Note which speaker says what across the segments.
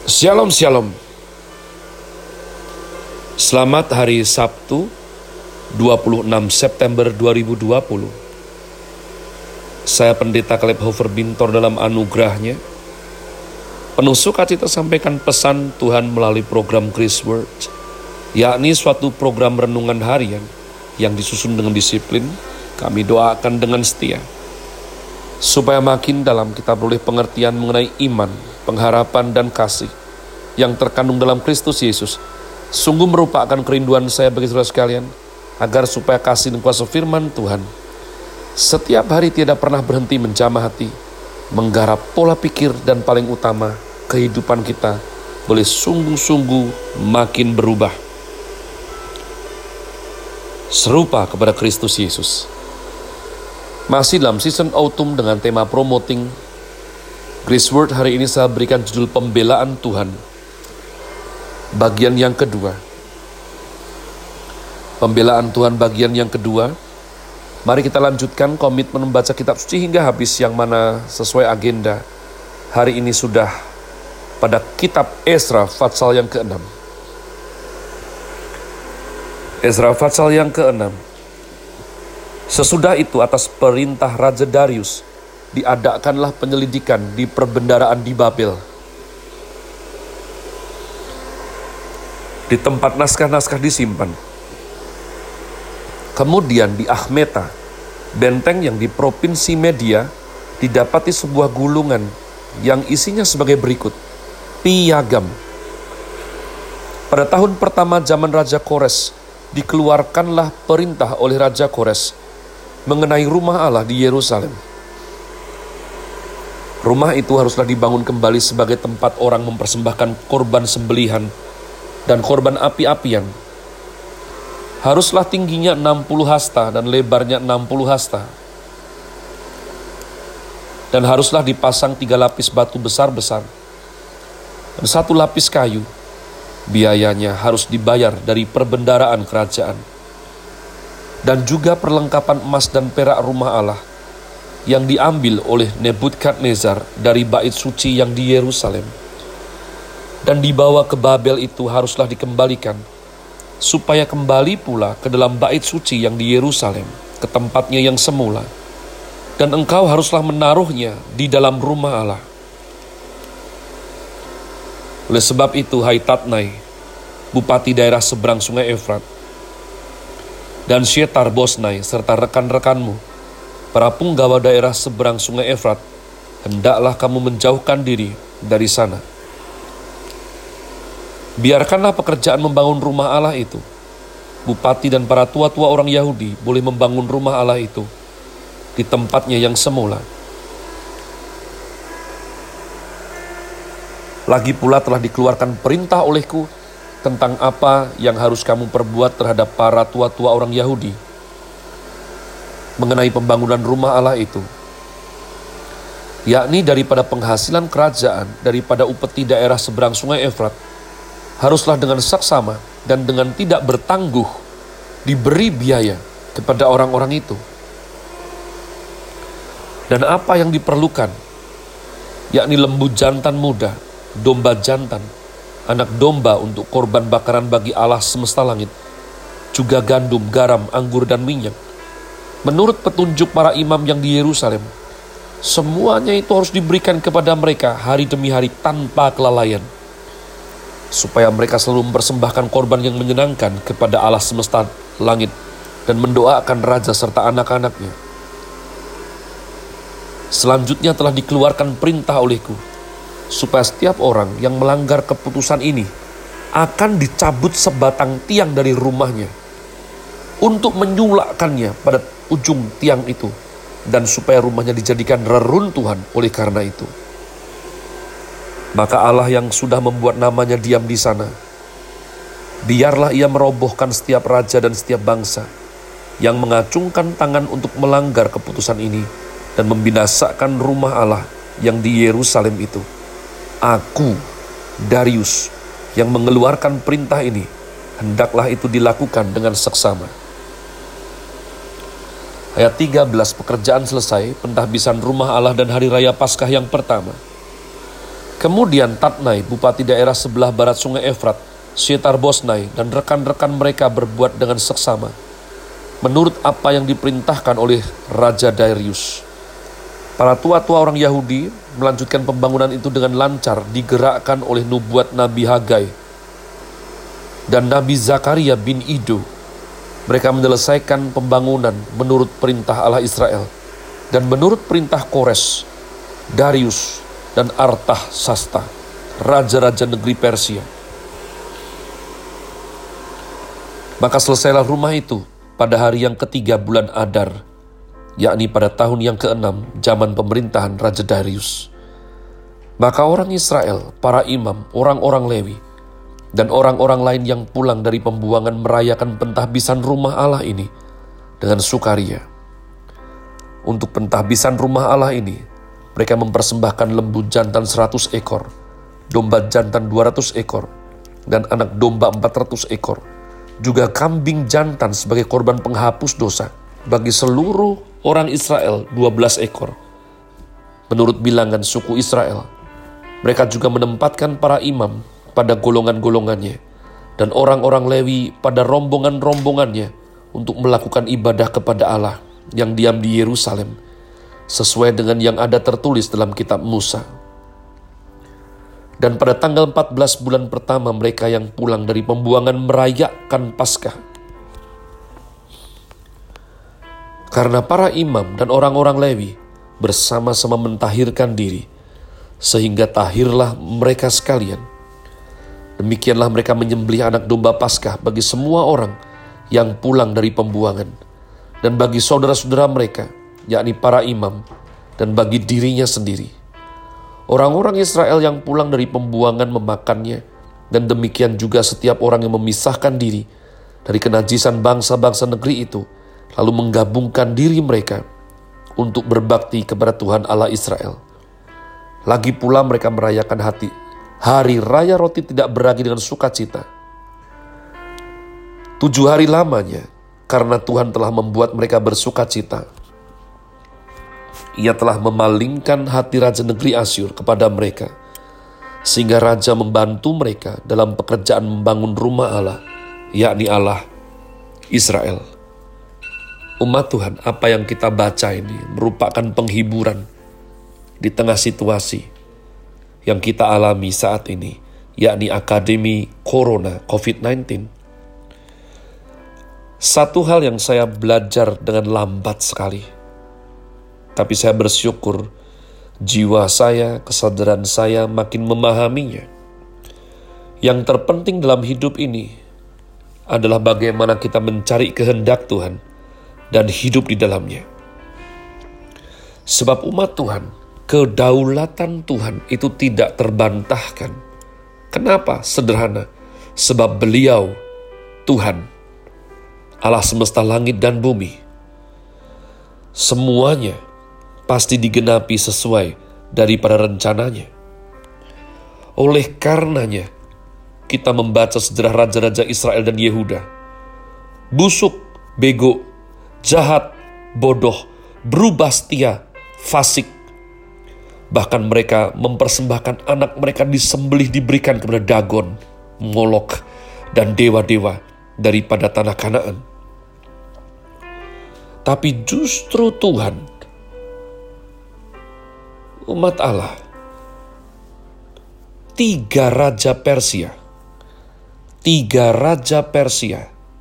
Speaker 1: Shalom Shalom. Selamat hari Sabtu 26 September 2020. Saya Pendeta Caleb Hofer Bintor dalam anugerahnya penuh sukacita sampaikan pesan Tuhan melalui program Grace Word, yakni suatu program renungan harian yang disusun dengan disiplin. Kami doakan dengan setia supaya makin dalam kita beroleh pengertian mengenai iman, pengharapan, dan kasih yang terkandung dalam Kristus Yesus. Sungguh merupakan kerinduan saya bagi saudara sekalian, agar supaya kasih dan kuasa firman Tuhan setiap hari tidak pernah berhenti menjamah hati, menggarap pola pikir, dan paling utama, kehidupan kita boleh sungguh-sungguh makin berubah serupa kepada Kristus Yesus. Masih dalam season autumn dengan tema promoting Grace Word, hari ini saya berikan judul pembelaan Tuhan. Bagian yang kedua. Pembelaan Tuhan bagian yang kedua. Mari kita lanjutkan komitmen membaca kitab suci hingga habis, yang mana sesuai agenda hari ini sudah pada kitab Ezra Fatsal yang ke-6. Ezra Fatsal yang ke-6. Sesudah itu, atas perintah Raja Darius, diadakanlah penyelidikan di perbendaraan di Babel. Di tempat naskah-naskah disimpan. Kemudian di Ahmeta, benteng yang di provinsi Media, didapati sebuah gulungan yang isinya sebagai berikut. Piagam. Pada tahun pertama zaman Raja Kores, dikeluarkanlah perintah oleh Raja Kores mengenai rumah Allah di Yerusalem. Rumah itu haruslah dibangun kembali sebagai tempat orang mempersembahkan korban sembelihan dan korban api-apian. Haruslah tingginya 60 hasta dan lebarnya 60 hasta. Dan haruslah dipasang 3 lapis batu besar-besar dan 1 lapis kayu. Biayanya harus dibayar dari perbendaraan kerajaan. Dan juga perlengkapan emas dan perak rumah Allah yang diambil oleh Nebukadnezar dari bait suci yang di Yerusalem dan dibawa ke Babel itu haruslah dikembalikan, supaya kembali pula ke dalam bait suci yang di Yerusalem, ke tempatnya yang semula, dan engkau haruslah menaruhnya di dalam rumah Allah. Oleh sebab itu, hai Tatnai, bupati daerah seberang sungai Efrat, dan Syetar Bosnai serta rekan-rekanmu, para punggawa daerah seberang sungai Efrat, hendaklah kamu menjauhkan diri dari sana. Biarkanlah pekerjaan membangun rumah Allah itu. Bupati dan para tua-tua orang Yahudi boleh membangun rumah Allah itu di tempatnya yang semula. Lagi pula telah dikeluarkan perintah olehku tentang apa yang harus kamu perbuat terhadap para tua-tua orang Yahudi mengenai pembangunan rumah Allah itu, yakni daripada penghasilan kerajaan, daripada upeti daerah seberang sungai Efrat, haruslah dengan saksama dan dengan tidak bertangguh diberi biaya kepada orang-orang itu. Dan apa yang diperlukan, yakni lembu jantan muda, domba jantan, anak domba untuk korban bakaran bagi Allah semesta langit, juga gandum, garam, anggur, dan minyak, menurut petunjuk para imam yang di Yerusalem. Semuanya itu harus diberikan kepada mereka hari demi hari tanpa kelalaian, supaya mereka selalu mempersembahkan korban yang menyenangkan kepada Allah semesta langit dan mendoakan raja serta anak-anaknya. Selanjutnya telah dikeluarkan perintah olehku, supaya setiap orang yang melanggar keputusan ini akan dicabut sebatang tiang dari rumahnya untuk menyulakkannya pada ujung tiang itu, dan supaya rumahnya dijadikan reruntuhan oleh karena itu. Maka Allah yang sudah membuat namanya diam di sana, biarlah ia merobohkan setiap raja dan setiap bangsa yang mengacungkan tangan untuk melanggar keputusan ini dan membinasakan rumah Allah yang di Yerusalem itu. Aku, Darius, yang mengeluarkan perintah ini, hendaklah itu dilakukan dengan seksama. Ayat 13, pekerjaan selesai, pentahbisan rumah Allah dan hari raya Paskah yang pertama. Kemudian Tatnai, bupati daerah sebelah barat sungai Efrat, Syetar-Bosnai, dan rekan-rekan mereka berbuat dengan seksama, menurut apa yang diperintahkan oleh Raja Darius. Para tua-tua orang Yahudi melanjutkan pembangunan itu dengan lancar, digerakkan oleh nubuat Nabi Hagai dan Nabi Zakaria bin Ido. Mereka menyelesaikan pembangunan menurut perintah Allah Israel dan menurut perintah Kores, Darius, dan Artahsasta, raja-raja negeri Persia. Maka selesailah rumah itu pada hari yang ketiga bulan Adar, yakni pada tahun yang ke-6 zaman pemerintahan Raja Darius. Maka orang Israel, para imam, orang-orang Lewi, dan orang-orang lain yang pulang dari pembuangan merayakan pentahbisan rumah Allah ini dengan sukaria. Untuk pentahbisan rumah Allah ini, mereka mempersembahkan lembu jantan 100 ekor, domba jantan 200 ekor, dan anak domba 400 ekor, juga kambing jantan sebagai korban penghapus dosa bagi seluruh orang Israel 12 ekor. Menurut bilangan suku Israel, mereka juga menempatkan para imam pada golongan-golongannya dan orang-orang Lewi pada rombongan-rombongannya untuk melakukan ibadah kepada Allah yang diam di Yerusalem, sesuai dengan yang ada tertulis dalam kitab Musa. Dan pada tanggal 14 bulan pertama mereka yang pulang dari pembuangan merayakan Paskah. Karena para imam dan orang-orang Lewi bersama-sama mentahirkan diri, sehingga tahirlah mereka sekalian. Demikianlah mereka menyembelih anak domba Paskah bagi semua orang yang pulang dari pembuangan, dan bagi saudara-saudara mereka, yakni para imam, dan bagi dirinya sendiri. Orang-orang Israel yang pulang dari pembuangan memakannya, dan demikian juga setiap orang yang memisahkan diri dari kenajisan bangsa-bangsa negeri itu, lalu menggabungkan diri mereka untuk berbakti kepada Tuhan Allah Israel. Lagi pula mereka merayakan hari raya roti tidak beragi dengan sukacita. 7 hari lamanya, karena Tuhan telah membuat mereka bersukacita. Ia telah memalingkan hati raja negeri Asyur kepada mereka, sehingga raja membantu mereka dalam pekerjaan membangun rumah Allah, yakni Allah Israel. Umat Tuhan, apa yang kita baca ini merupakan penghiburan di tengah situasi yang kita alami saat ini, yakni akademi Corona COVID-19. Satu hal yang saya belajar dengan lambat sekali, tapi saya bersyukur jiwa saya, kesadaran saya makin memahaminya. Yang terpenting dalam hidup ini adalah bagaimana kita mencari kehendak Tuhan dan hidup di dalamnya. Sebab umat Tuhan, kedaulatan Tuhan itu tidak terbantahkan. Kenapa? Sederhana. Sebab Beliau, Tuhan, Allah semesta langit dan bumi, semuanya pasti digenapi sesuai daripada rencananya. Oleh karenanya, kita membaca sejarah raja-raja Israel dan Yehuda. Busuk, bego, jahat, bodoh, berubah setia, fasik. Bahkan mereka mempersembahkan anak mereka disembelih, diberikan kepada Dagon, Molok, dan dewa-dewa daripada tanah Kanaan. Tapi justru Tuhan, umat Allah, 3 raja Persia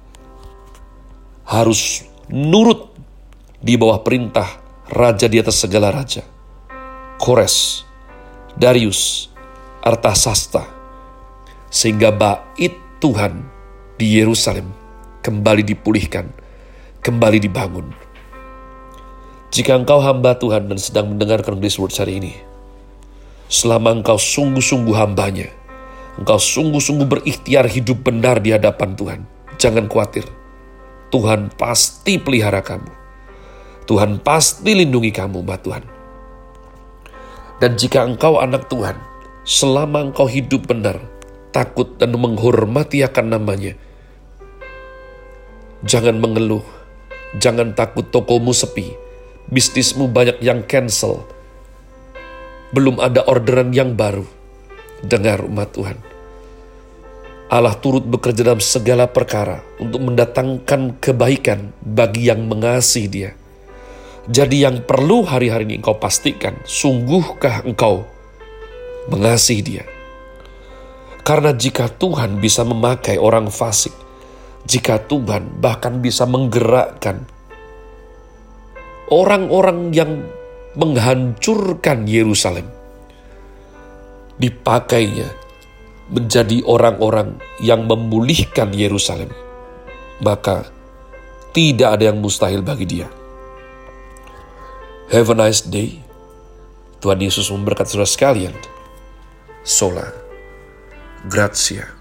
Speaker 1: harus nurut di bawah perintah raja di atas segala raja, Kores, Darius, Artahsasta, sehingga bait Tuhan di Yerusalem kembali dipulihkan, kembali dibangun. Jika engkau hamba Tuhan dan sedang mendengarkan Grace Words hari ini, selama engkau sungguh-sungguh hambanya, engkau sungguh-sungguh berikhtiar hidup benar di hadapan Tuhan, jangan khawatir. Tuhan pasti pelihara kamu. Tuhan pasti lindungi kamu, umat Tuhan. Dan jika engkau anak Tuhan, selama engkau hidup benar, takut dan menghormati akan namanya, jangan mengeluh, jangan takut tokomu sepi, bisnismu banyak yang cancel, belum ada orderan yang baru. Dengar umat Tuhan. Allah turut bekerja dalam segala perkara untuk mendatangkan kebaikan bagi yang mengasihi Dia. Jadi yang perlu hari-hari ini engkau pastikan, sungguhkah engkau mengasihi Dia? Karena jika Tuhan bisa memakai orang fasik, jika Tuhan bahkan bisa menggerakkan orang-orang yang menghancurkan Yerusalem, dipakainya menjadi orang-orang yang memulihkan Yerusalem, maka tidak ada yang mustahil bagi Dia. Have a nice day. Tuhan Yesus memberkati saudara sekalian. Sola Gratia.